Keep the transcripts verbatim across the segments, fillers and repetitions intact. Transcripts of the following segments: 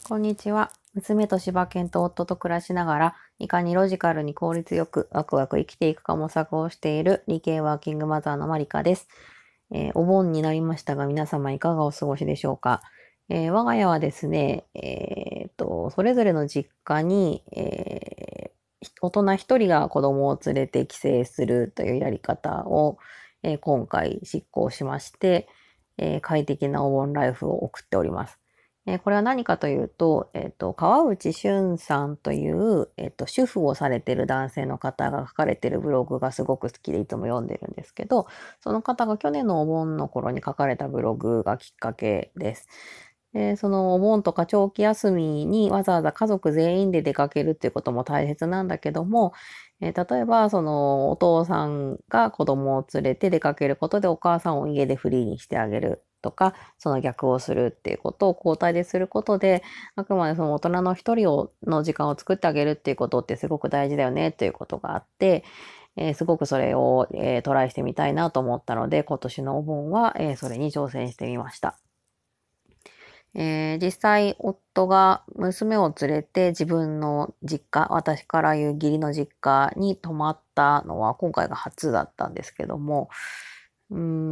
こんにちは。娘と柴犬と夫と暮らしながら、いかにロジカルに効率よくワクワク生きていくか模索をしている理系ワーキングマザーのマリカです。えーお盆になりましたが、皆様いかがお過ごしでしょうか。えー我が家はですね、えーと、それぞれの実家に、えー大人一人が子供を連れて帰省するというやり方を、えー今回執行しまして、えー快適なお盆ライフを送っております。えーこれは何かというと、えっと、川内俊さんという、えっと、主婦をされている男性の方が書かれているブログがすごく好きでいつも読んでるんですけど、その方が去年のお盆の頃に書かれたブログがきっかけです。で、そのお盆とか長期休みにわざわざ家族全員で出かけるっていうことも大切なんだけども、えー例えば、そのお父さんが子供を連れて出かけることでお母さんを家でフリーにしてあげるとか、その逆をするっていうことを交代ですることで、あくまでその大人の一人をの時間を作ってあげるっていうことってすごく大事だよねということがあって、えーすごくそれを、えートライしてみたいなと思ったので、今年のお盆は、えーそれに挑戦してみました。えー実際、夫が娘を連れて自分の実家、私から言う義理の実家に泊まったのは今回が初だったんですけども、うん、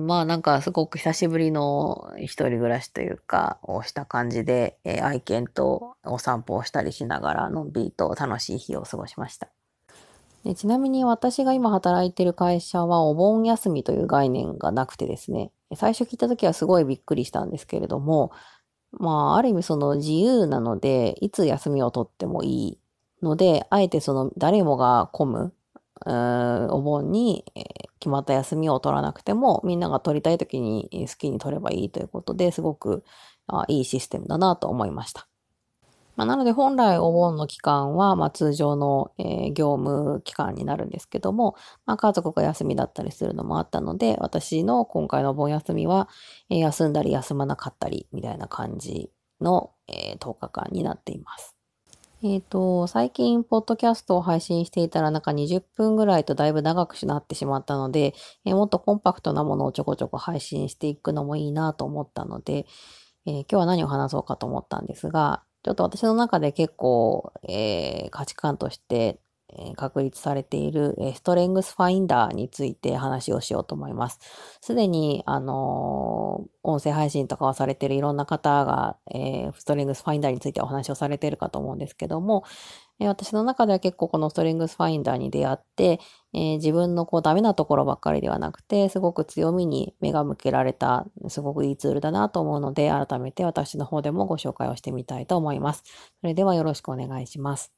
まあなんかすごく久しぶりの一人暮らしというか、をした感じで、えー愛犬とお散歩をしたりしながら、のんびりと楽しい日を過ごしました。でちなみに私が今働いている会社はお盆休みという概念がなくてですね、最初聞いた時はすごいびっくりしたんですけれども、まあ、ある意味その自由なので、いつ休みを取ってもいいので、あえてその誰もが混む、うーんお盆にえー決まった休みを取らなくても、みんなが取りたい時にえー好きに取ればいいということで、すごくあいいシステムだなと思いました。まあ、なので本来お盆の期間は、まあ、通常の、えー業務期間になるんですけども、まあ、家族が休みだったりするのもあったので、私の今回のお盆休みは、えー休んだり休まなかったりみたいな感じの、えーとおかかんになっています。えっと、最近、ポッドキャストを配信していたら、なんかにじゅっぷんぐらいとだいぶ長くなってしまったので、えーもっとコンパクトなものをちょこちょこ配信していくのもいいなと思ったので、えー今日は何を話そうかと思ったんですが、ちょっと私の中で結構、えー価値観として、えー確立されている、えーストレングスファインダーについて話をしようと思います。すでに、あのー音声配信とかをされているいろんな方が、えーストレングスファインダーについてお話をされているかと思うんですけども、えー私の中では結構このストレングスファインダーに出会って、えー自分のこうダメなところばっかりではなくて、すごく強みに目が向けられた、すごくいいツールだなと思うので、改めて私の方でもご紹介をしてみたいと思います。それではよろしくお願いします。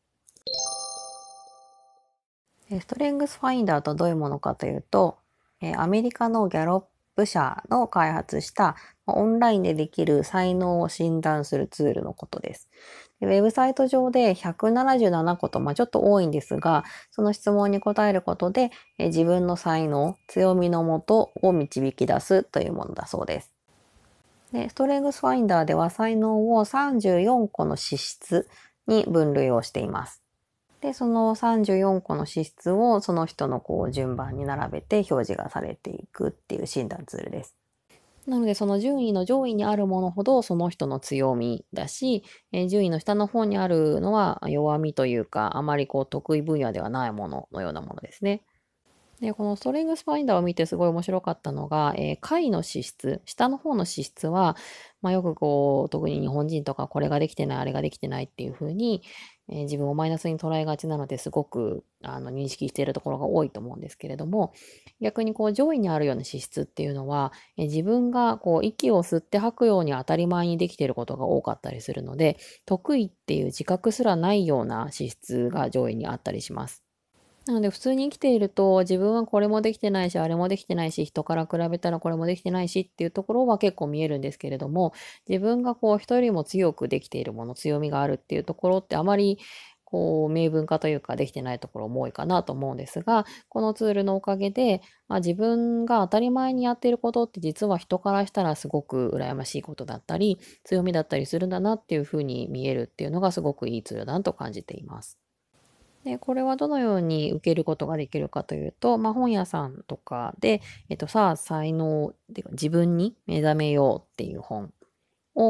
えーストレングスファインダーとどういうものかというと、えーアメリカのギャロップ社の開発したオンラインでできる才能を診断するツールのことです。でウェブサイト上でひゃくななじゅうななこと、まあ、ちょっと多いんですが、その質問に答えることで、えー自分の才能、強みのもとを導き出すというものだそうです。で、ストレングスファインダーでは才能をさんじゅうよんこの資質に分類をしています。で、そのさんじゅうよんこの資質をその人のこう順番に並べて表示がされていくっていう診断ツールです。なので、その順位の上位にあるものほどその人の強みだし、えー順位の下の方にあるのは弱みというか、あまりこう得意分野ではないもののようなものですね。で、このストレングスファインダーを見てすごい面白かったのが、えー下位の資質、下の方の資質は、まあ、よくこう、特に日本人とかこれができてない、あれができてないっていう風に、えー自分をマイナスに捉えがちなのですごくあの認識しているところが多いと思うんですけれども、逆にこう上位にあるような資質っていうのは、えー自分がこう息を吸って吐くように当たり前にできていることが多かったりするので、得意っていう自覚すらないような資質が上位にあったりします。なので普通に生きていると自分はこれもできてないし、あれもできてないし、人から比べたらこれもできてないしっていうところは結構見えるんですけれども、自分がこう人よりも強くできているもの、強みがあるっていうところってあまりこう明文化というかできてないところも多いかなと思うんですが、このツールのおかげで、まあ、自分が当たり前にやっていることって実は人からしたらすごく羨ましいことだったり、強みだったりするんだなっていうふうに見えるっていうのがすごくいいツールだなと感じています。で、これはどのように受けることができるかというと、まあ、本屋さんとかで、えっと、さあ、才能っていうか、自分に目覚めようっていう本を買っ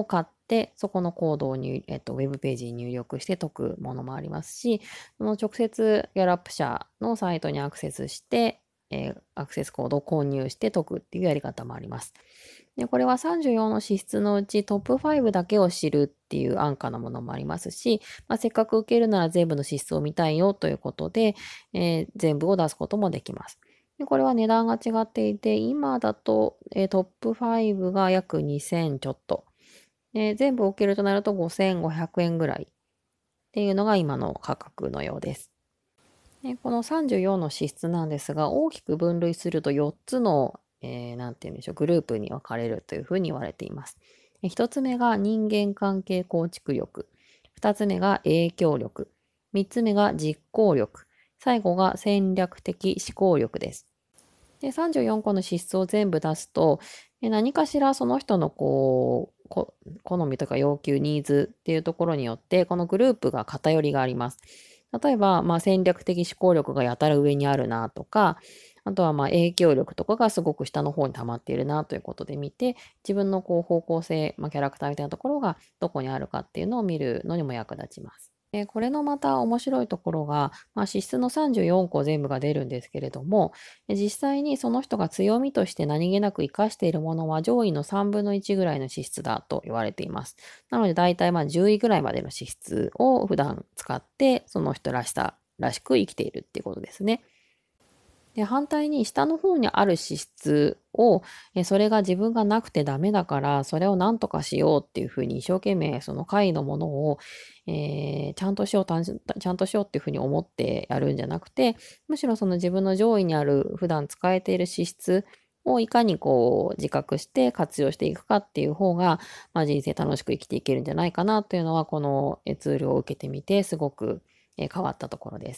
て、そこのコードを入、えっと、ウェブページに入力して解くものもありますし、その直接ギャラップ社のサイトにアクセスして、えーアクセスコードを購入して解くっていうやり方もあります。で、これはさんじゅうよんの資質のうちトップごだけを知るっていう安価なものもありますし、まあ、せっかく受けるなら全部の資質を見たいよということで、えー全部を出すこともできます。で、これは値段が違っていて、今だと、えートップごが約にせんちょっと。で、全部受けるとなるとごせんごひゃくえんぐらいっていうのが今の価格のようです。で、このさんじゅうよんの資質なんですが、大きく分類するとよっつの、えー、なんて言うんでしょう、グループに分かれるというふうに言われています。ひとつめが人間関係構築力。ふたつめが影響力。みっつめが実行力。最後が戦略的思考力です。で、さんじゅうよんこの資質を全部出すと、え何かしらその人のこう、こ好みとか要求、ニーズっていうところによって、このグループが偏りがあります。例えば、まあ、戦略的思考力がやたら上にあるなとか、あとはまあ影響力とかがすごく下の方に溜まっているなということで見て、自分のこう方向性、まあ、キャラクターみたいなところがどこにあるかっていうのを見るのにも役立ちます。で、これのまた面白いところが、まあ、資質のさんじゅうよんこ全部が出るんですけれども、実際にその人が強みとして何気なく活かしているものは上位のさんぶんのいちぐらいの資質だと言われています。なので大体まあじゅういぐらいまでの資質を普段使ってその人らしさらしく生きているっていうことですね。で、反対に下の方にある資質を、えそれが自分がなくてダメだから、それを何とかしようっていうふうに一生懸命その回のものを、えーちゃんとしよう、たんちゃんとしようっていうふうに思ってやるんじゃなくて、むしろその自分の上位にある普段使えている資質をいかにこう自覚して活用していくかっていう方が、まあ、人生楽しく生きていけるんじゃないかなというのは、このえツールを受けてみてすごくえ変わったところです。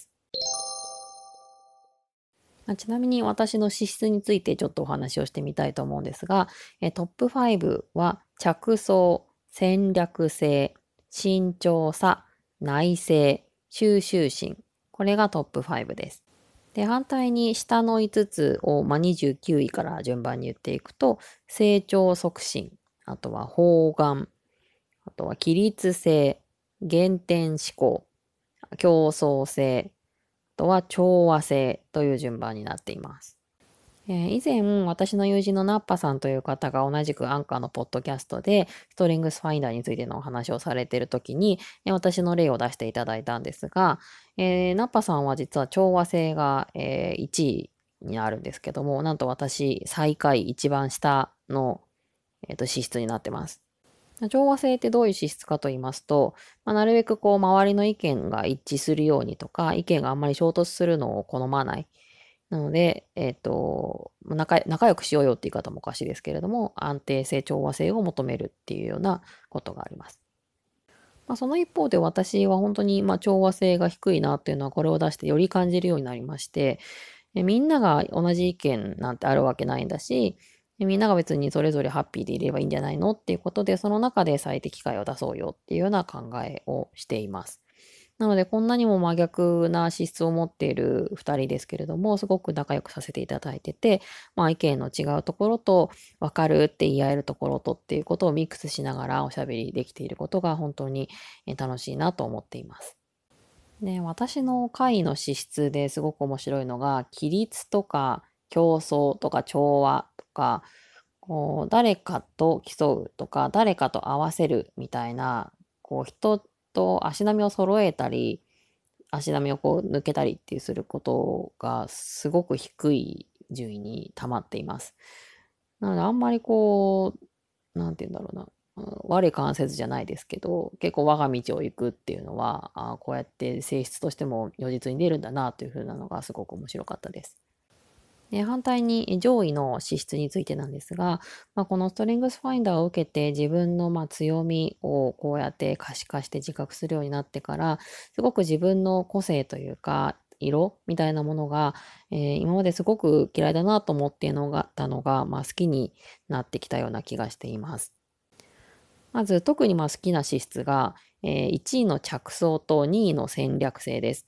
まあちなみに私の資質についてちょっとお話をしてみたいと思うんですが、えトップごは着想、戦略性、慎重さ、内省、収集心。これがトップごです。で、反対に下のいつつを、まあ、にじゅうきゅういから順番に言っていくと、成長促進、あとは方眼、あとは規律性、原点思考、競争性、あとは調和性という順番になっています。えー以前、私の友人のナッパさんという方が同じくアンカーのポッドキャストで、ストリングスファインダーについてのお話をされているときに、えー私の例を出していただいたんですが、えーナッパさんは実は調和性が、えーいちいになるんですけども、なんと私、最下位、一番下の、えーと資質になってます。調和性ってどういう資質かと言いますと、まあ、なるべくこう周りの意見が一致するようにとか、意見があんまり衝突するのを好まない。なので、えっと、仲、仲良くしようよって言い方もおかしいですけれども、安定性、調和性を求めるっていうようなことがあります。まあ、その一方で私は本当にまあ調和性が低いなっていうのはこれを出してより感じるようになりまして、えみんなが同じ意見なんてあるわけないんだし、みんなが別にそれぞれハッピーでいればいいんじゃないのっていうことで、その中で最適解を出そうよっていうような考えをしています。なので、こんなにも真逆な資質を持っている二人ですけれども、すごく仲良くさせていただいてて、まあ意見の違うところと、わかるって言い合えるところとっていうことをミックスしながらおしゃべりできていることが本当にえ楽しいなと思っています。で、私の会の資質ですごく面白いのが、規律とか競争とか調和とか、こう誰かと競うとか、誰かと合わせるみたいな、こう人と足並みを揃えたり、足並みをこう抜けたりっていうすることがすごく低い順位に溜まっています。なのであんまりこう、なんて言うんだろうな。我関せずじゃないですけど、結構我が道を行くっていうのは、あこうやって性質としても如実に出るんだなというふうなのがすごく面白かったです。で、反対に上位の資質についてなんですが、まあ、このストレングスファインダーを受けて自分のまあ強みをこうやって可視化して自覚するようになってから、すごく自分の個性というか、色みたいなものが、えー今まですごく嫌いだなと思っているのがたのが、まあ、好きになってきたような気がしています。まず特にまあ好きな資質が、えーいちいの着想とにいの戦略性です。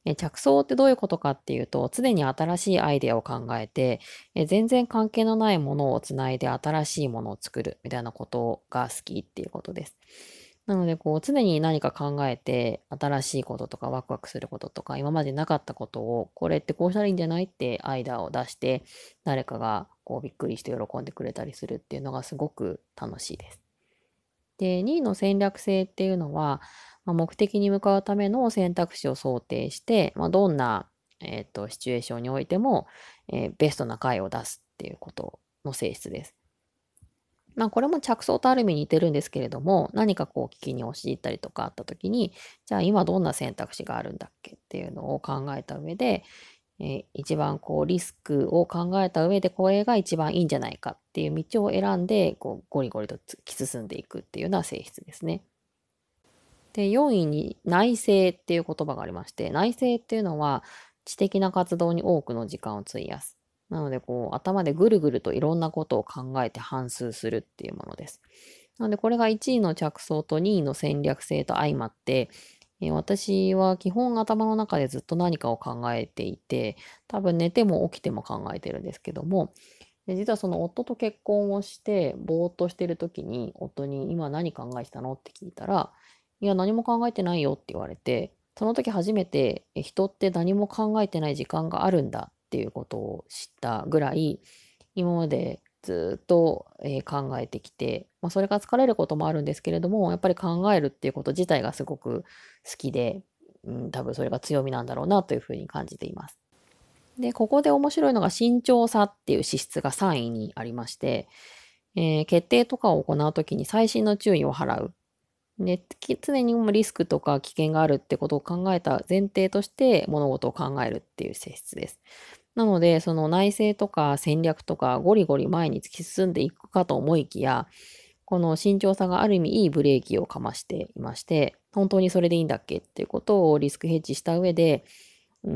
え着想ってどういうことかっていうと、常に新しいアイデアを考えて、え全然関係のないものをつないで新しいものを作るみたいなことが好きっていうことです。なので、こう、常に何か考えて、新しいこととかワクワクすることとか、今までなかったことを、これってこうしたらいいんじゃないってアイデアを出して、誰かがこうびっくりして喜んでくれたりするっていうのがすごく楽しいです。で、にいの戦略性っていうのは、まあ、目的に向かうための選択肢を想定して、まあ、どんな、えっと、シチュエーションにおいても、えーベストな解を出すっていうことの性質です。まあ、これも着想とある意味似てるんですけれども、何かこう危機に陥ったりとかあった時に、じゃあ今どんな選択肢があるんだっけっていうのを考えた上で、えー一番こうリスクを考えた上でこれが一番いいんじゃないかっていう道を選んで、こうゴリゴリと突き進んでいくっていうような性質ですね。で、よんいに内政っていう言葉がありまして、内政っていうのは知的な活動に多くの時間を費やす。なので、こう、頭でぐるぐるといろんなことを考えて反芻するっていうものです。なので、これがいちいの着想とにいの戦略性と相まって、えー私は基本頭の中でずっと何かを考えていて、多分寝ても起きても考えてるんですけども、で実はその夫と結婚をして、ぼーっとしてる時に、夫に今何考えてたのって聞いたら、いや、何も考えてないよって言われて、その時初めて、え人って何も考えてない時間があるんだっていうことを知ったぐらい、今までずっと、えー考えてきて、まあ、それが疲れることもあるんですけれども、やっぱり考えるっていうこと自体がすごく好きで、うん、多分それが強みなんだろうなというふうに感じています。で、ここで面白いのが慎重さっていう資質がさんいにありまして、えー決定とかを行うときに細心の注意を払う。で、き常にもリスクとか危険があるってことを考えた前提として物事を考えるっていう性質です。なので、その内政とか戦略とかゴリゴリ前に突き進んでいくかと思いきや、この慎重さがある意味いいブレーキをかましていまして、本当にそれでいいんだっけっていうことをリスクヘッジした上で、うん、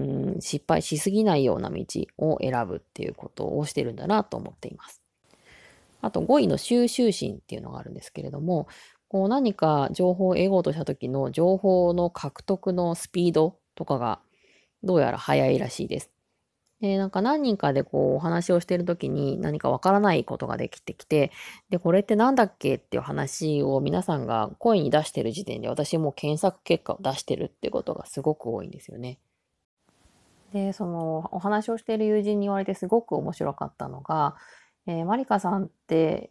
失敗しすぎないような道を選ぶっていうことをしてるんだなと思っています。あとごいの収集心っていうのがあるんですけれども、こう何か情報を得ようとした時の情報の獲得のスピードとかがどうやら速いらしいです。で、なんか何人かでこうお話をしている時に何かわからないことができてきて、で、これってなんだっけっていう話を皆さんが声に出してる時点で私も検索結果を出してるってことがすごく多いんですよね。で、そのお話をしている友人に言われてすごく面白かったのが、えーマリカさんって、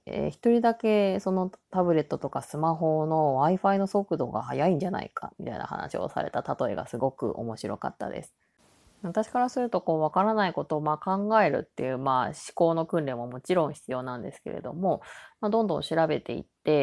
えー一人だけそのタブレットとかスマホの Wi-Fi の速度が速いんじゃないかみたいな話をされた例えがすごく面白かったです。私からすると、こう、わからないことを、まあ、考えるっていう、まあ、思考の訓練ももちろん必要なんですけれども、まあ、どんどん調べていって、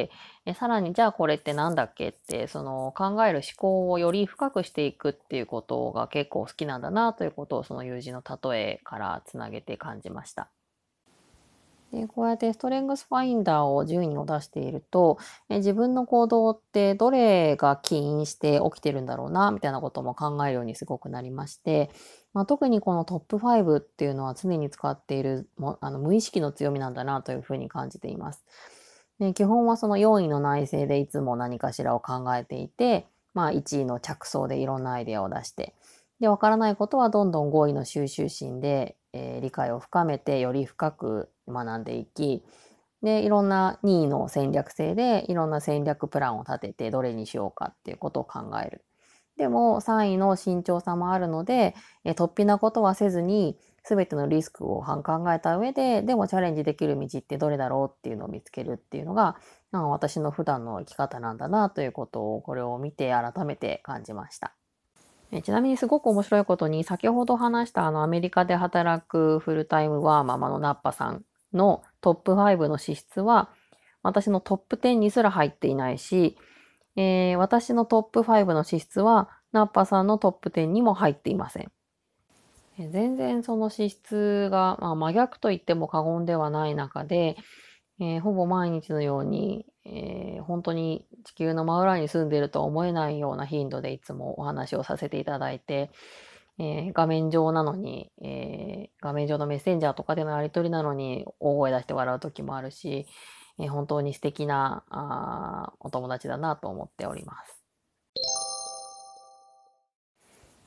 え、さらに、じゃあこれってなんだっけって、その、考える思考をより深くしていくっていうことが結構好きなんだなということを、その友人の例えからつなげて感じました。で、こうやってストレングスファインダーを順位を出していると、え自分の行動ってどれが起因して起きてるんだろうな、みたいなことも考えるようにすごくなりまして、まあ、特にこのトップファイブっていうのは常に使っているもあの無意識の強みなんだなというふうに感じています。で、基本はそのよんいの内政でいつも何かしらを考えていて、まあいちいの着想でいろんなアイデアを出して、で、わからないことはどんどんごいの収集心で、えー理解を深めてより深く学んでいき、で、いろんなにいの戦略性でいろんな戦略プランを立ててどれにしようかっていうことを考える。でもさんいの慎重さもあるので、え突飛なことはせずに全てのリスクを考えた上で、でもチャレンジできる道ってどれだろうっていうのを見つけるっていうのが、あ私の普段の生き方なんだなということをこれを見て改めて感じました。えちなみにすごく面白いことに、先ほど話したあのアメリカで働くフルタイムワーママのナッパさんのトップファイブの資質は、私のトップテンにすら入っていないし、えー私のトップファイブの資質は、ナッパさんのトップテンにも入っていません。え全然その資質が、まあ、真逆と言っても過言ではない中で、えーほぼ毎日のように、えー本当に地球の真裏に住んでいるとは思えないような頻度でいつもお話をさせていただいて、えー画面上なのに、えー画面上のメッセンジャーとかでのやり取りなのに大声出して笑う時もあるし、えー本当に素敵なあーお友達だなと思っております。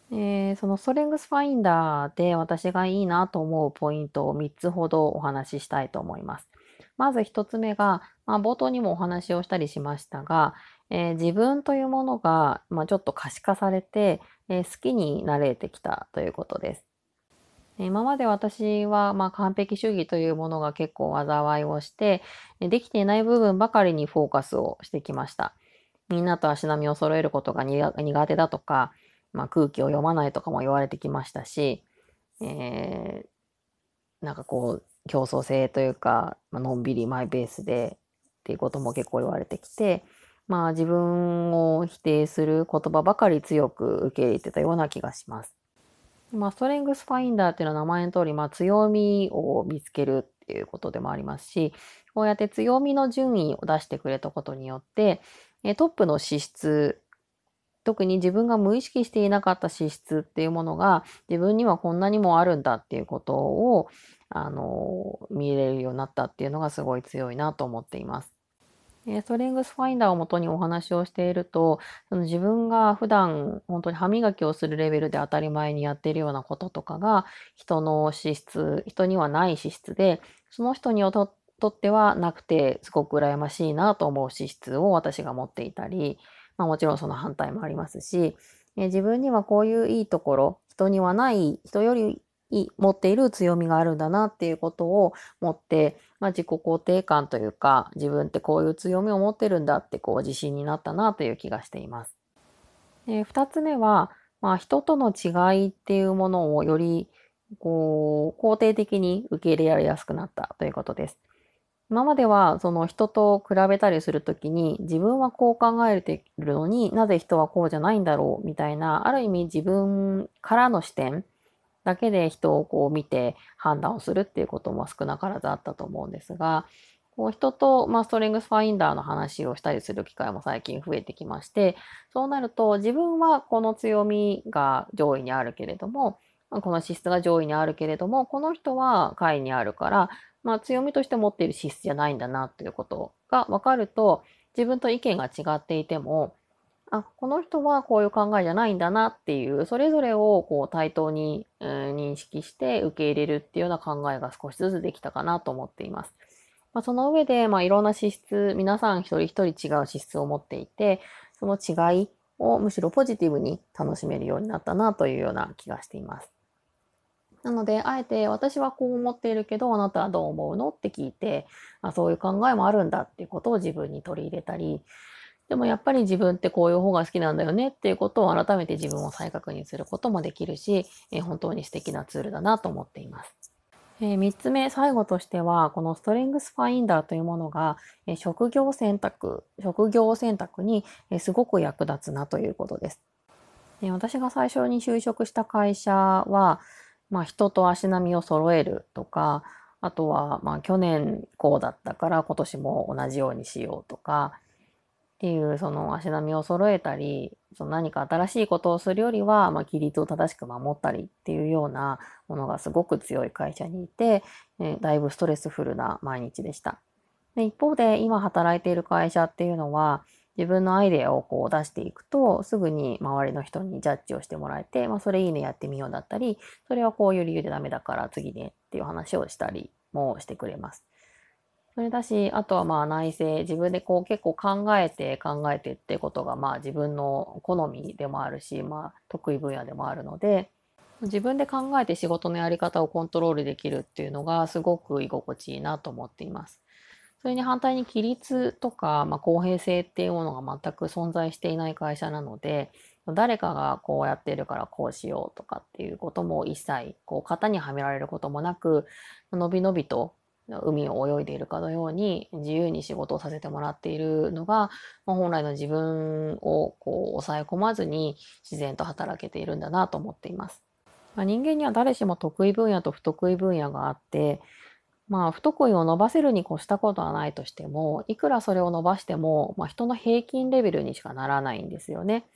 えーそのストレングスファインダーで私がいいなと思うポイントをみっつほどお話ししたいと思います。まずひとつめが、まあ、冒頭にもお話をしたりしましたが、えー自分というものが、まあ、ちょっと可視化されて、えー好きになれてきたということです。今まで私は、まあ、完璧主義というものが結構災いをして、できていない部分ばかりにフォーカスをしてきました。みんなと足並みを揃えることが苦手だとか、まあ、空気を読まないとかも言われてきましたし、えー、なんかこう、競争性というか、まあのんびりマイペースでっていうことも結構言われてきて、まあ自分を否定する言葉ばかり強く受け入れてたような気がします。まあ、ストレングスファインダーっていうのは名前の通り、まあ、強みを見つけるっていうことでもありますし、こうやって強みの順位を出してくれたことによって、えトップの資質、特に自分が無意識していなかった資質っていうものが自分にはこんなにもあるんだっていうことを、あの、見れるようになったっていうのがすごい強いなと思っています。えーストレングスファインダーをもとにお話をしていると、その自分が普段本当に歯磨きをするレベルで当たり前にやっているようなこととかが、人の資質、人にはない資質で、その人にととってはなくて、すごく羨ましいなと思う資質を私が持っていたり、まあもちろんその反対もありますし、えー自分にはこういういいところ、人にはない、人よりい持っている強みがあるんだなっていうことを持って、まあ、自己肯定感というか、自分ってこういう強みを持ってるんだってこう自信になったなという気がしています。で、二つ目は、まあ、人との違いっていうものをよりこう肯定的に受け入れられやすくなったということです。今まではその人と比べたりするときに自分はこう考えているのになぜ人はこうじゃないんだろうみたいな、ある意味自分からの視点だけで人をこう見て判断をするっていうことも少なからずあったと思うんですが、こう人と、まあ、ストレングスファインダーの話をしたりする機会も最近増えてきまして、そうなると自分はこの強みが上位にあるけれども、まあこの資質が上位にあるけれども、この人は下位にあるから、まあ、強みとして持っている資質じゃないんだなということが分かると、自分と意見が違っていても、あ、この人はこういう考えじゃないんだなっていう、それぞれをこう対等に、えー認識して受け入れるっていうような考えが少しずつできたかなと思っています。まあ、その上で、まあ、いろんな資質、皆さん一人一人違う資質を持っていて、その違いをむしろポジティブに楽しめるようになったなというような気がしています。なので、あえて私はこう思っているけど、あなたはどう思うのって聞いて、あ、そういう考えもあるんだっていうことを自分に取り入れたり、でもやっぱり自分ってこういう方が好きなんだよねっていうことを改めて自分を再確認することもできるし、えー本当に素敵なツールだなと思っています。えー、みっつめ、最後としては、このストレングスファインダーというものが、えー職業選択、職業選択に、えーすごく役立つなということです。で、私が最初に就職した会社は、まあ、人と足並みを揃えるとか、あとは、まあ、去年こうだったから今年も同じようにしようとか、っていう、その足並みを揃えたり、その何か新しいことをするよりは、まあ、規律を正しく守ったりっていうようなものがすごく強い会社にいて、えだいぶストレスフルな毎日でした。で、一方で今働いている会社っていうのは、自分のアイデアをこう出していくと、すぐに周りの人にジャッジをしてもらえて、まあ、それいいね、やってみようだったり、それはこういう理由でダメだから次ねっていう話をしたりもしてくれます。それだし、あとはまあ内省、自分でこう結構考えて考えてっていうことがまあ自分の好みでもあるし、まあ得意分野でもあるので、自分で考えて仕事のやり方をコントロールできるっていうのがすごく居心地いいなと思っています。それに反対に規律とか、まあ、公平性っていうものが全く存在していない会社なので、誰かがこうやってるからこうしようとかっていうことも一切、こう型にはめられることもなく、のびのびと海を泳いでいるかのように自由に仕事をさせてもらっているのが、まあ、本来の自分をこう抑え込まずに自然と働けているんだなと思っています。まあ、人間には誰しも得意分野と不得意分野があって、まあ、不得意を伸ばせるに越したことはないとしても、いくらそれを伸ばしても、まあ、人の平均レベルにしかならないんですよね。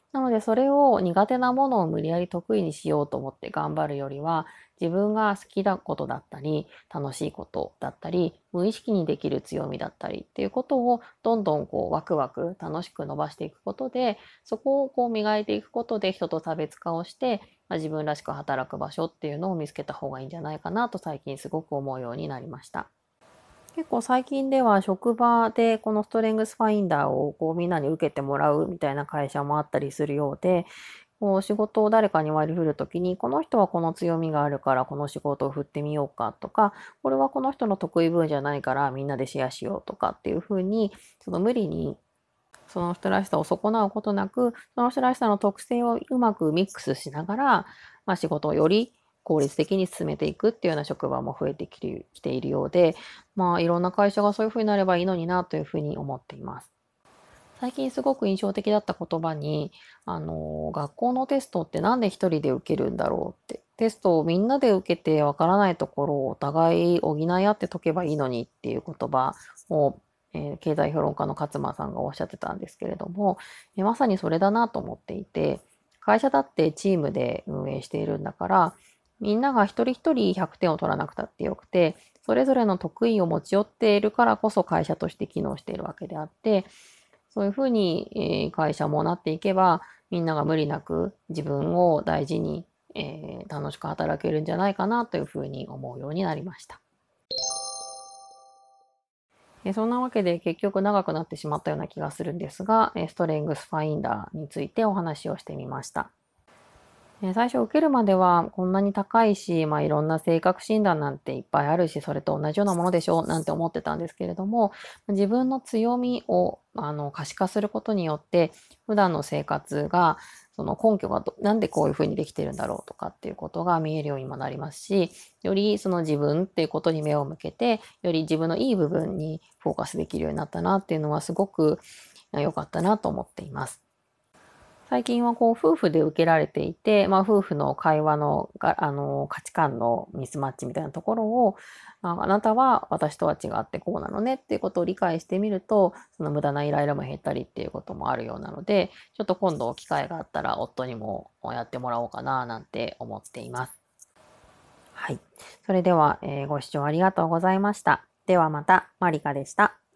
なので、それを苦手なものを無理やり得意にしようと思って頑張るよりは、自分が好きなことだったり、楽しいことだったり、無意識にできる強みだったりっていうことをどんどんこうワクワク楽しく伸ばしていくことで、そこをこう磨いていくことで人と差別化をして、まあ、自分らしく働く場所っていうのを見つけた方がいいんじゃないかなと最近すごく思うようになりました。結構最近では職場でこのストレングスファインダーをこうみんなに受けてもらうみたいな会社もあったりするようで、こう仕事を誰かに割り振るときに、この人はこの強みがあるからこの仕事を振ってみようかとか、これはこの人の得意分じゃないからみんなでシェアしようとかっていうふうに、その無理にその人らしさを損なうことなく、その人らしさの特性をうまくミックスしながら、まあ、仕事をより効率的に進めていくっていうような職場も増えてきてきているようで、まあいろんな会社がそういうふうになればいいのになというふうに思っています。最近すごく印象的だった言葉に、あの、学校のテストってなんで一人で受けるんだろうって。テストをみんなで受けてわからないところをお互い補い合って解けばいいのにっていう言葉を、えー経済評論家の勝間さんがおっしゃってたんですけれども、えーまさにそれだなと思っていて、会社だってチームで運営しているんだから、みんなが一人一人ひゃくてんを取らなくたってよくて、それぞれの得意を持ち寄っているからこそ会社として機能しているわけであって、そういうふうに、えー会社もなっていけば、みんなが無理なく自分を大事に、えー楽しく働けるんじゃないかなというふうに思うようになりました。えーそんなわけで結局長くなってしまったような気がするんですが、えーストレングスファインダーについてお話をしてみました。えー最初受けるまではこんなに高いし、まあ、いろんな性格診断なんていっぱいあるし、それと同じようなものでしょうなんて思ってたんですけれども、自分の強みをあの可視化することによって、普段の生活が、その根拠がどなんでこういうふうにできてるんだろうとかっていうことが見えるようにもなりますし、よりその自分っていうことに目を向けて、より自分のいい部分にフォーカスできるようになったなっていうのはすごく良かったなと思っています。最近はこう夫婦で受けられていて、まあ、夫婦の会話のがあの価値観のミスマッチみたいなところを、ああなたは私とは違ってこうなのねっていうことを理解してみると、その無駄なイライラも減ったりっていうこともあるようなので、ちょっと今度機会があったら夫にもやってもらおうかななんて思っています。はい。それでは、えーご視聴ありがとうございました。ではまた、マリカでした。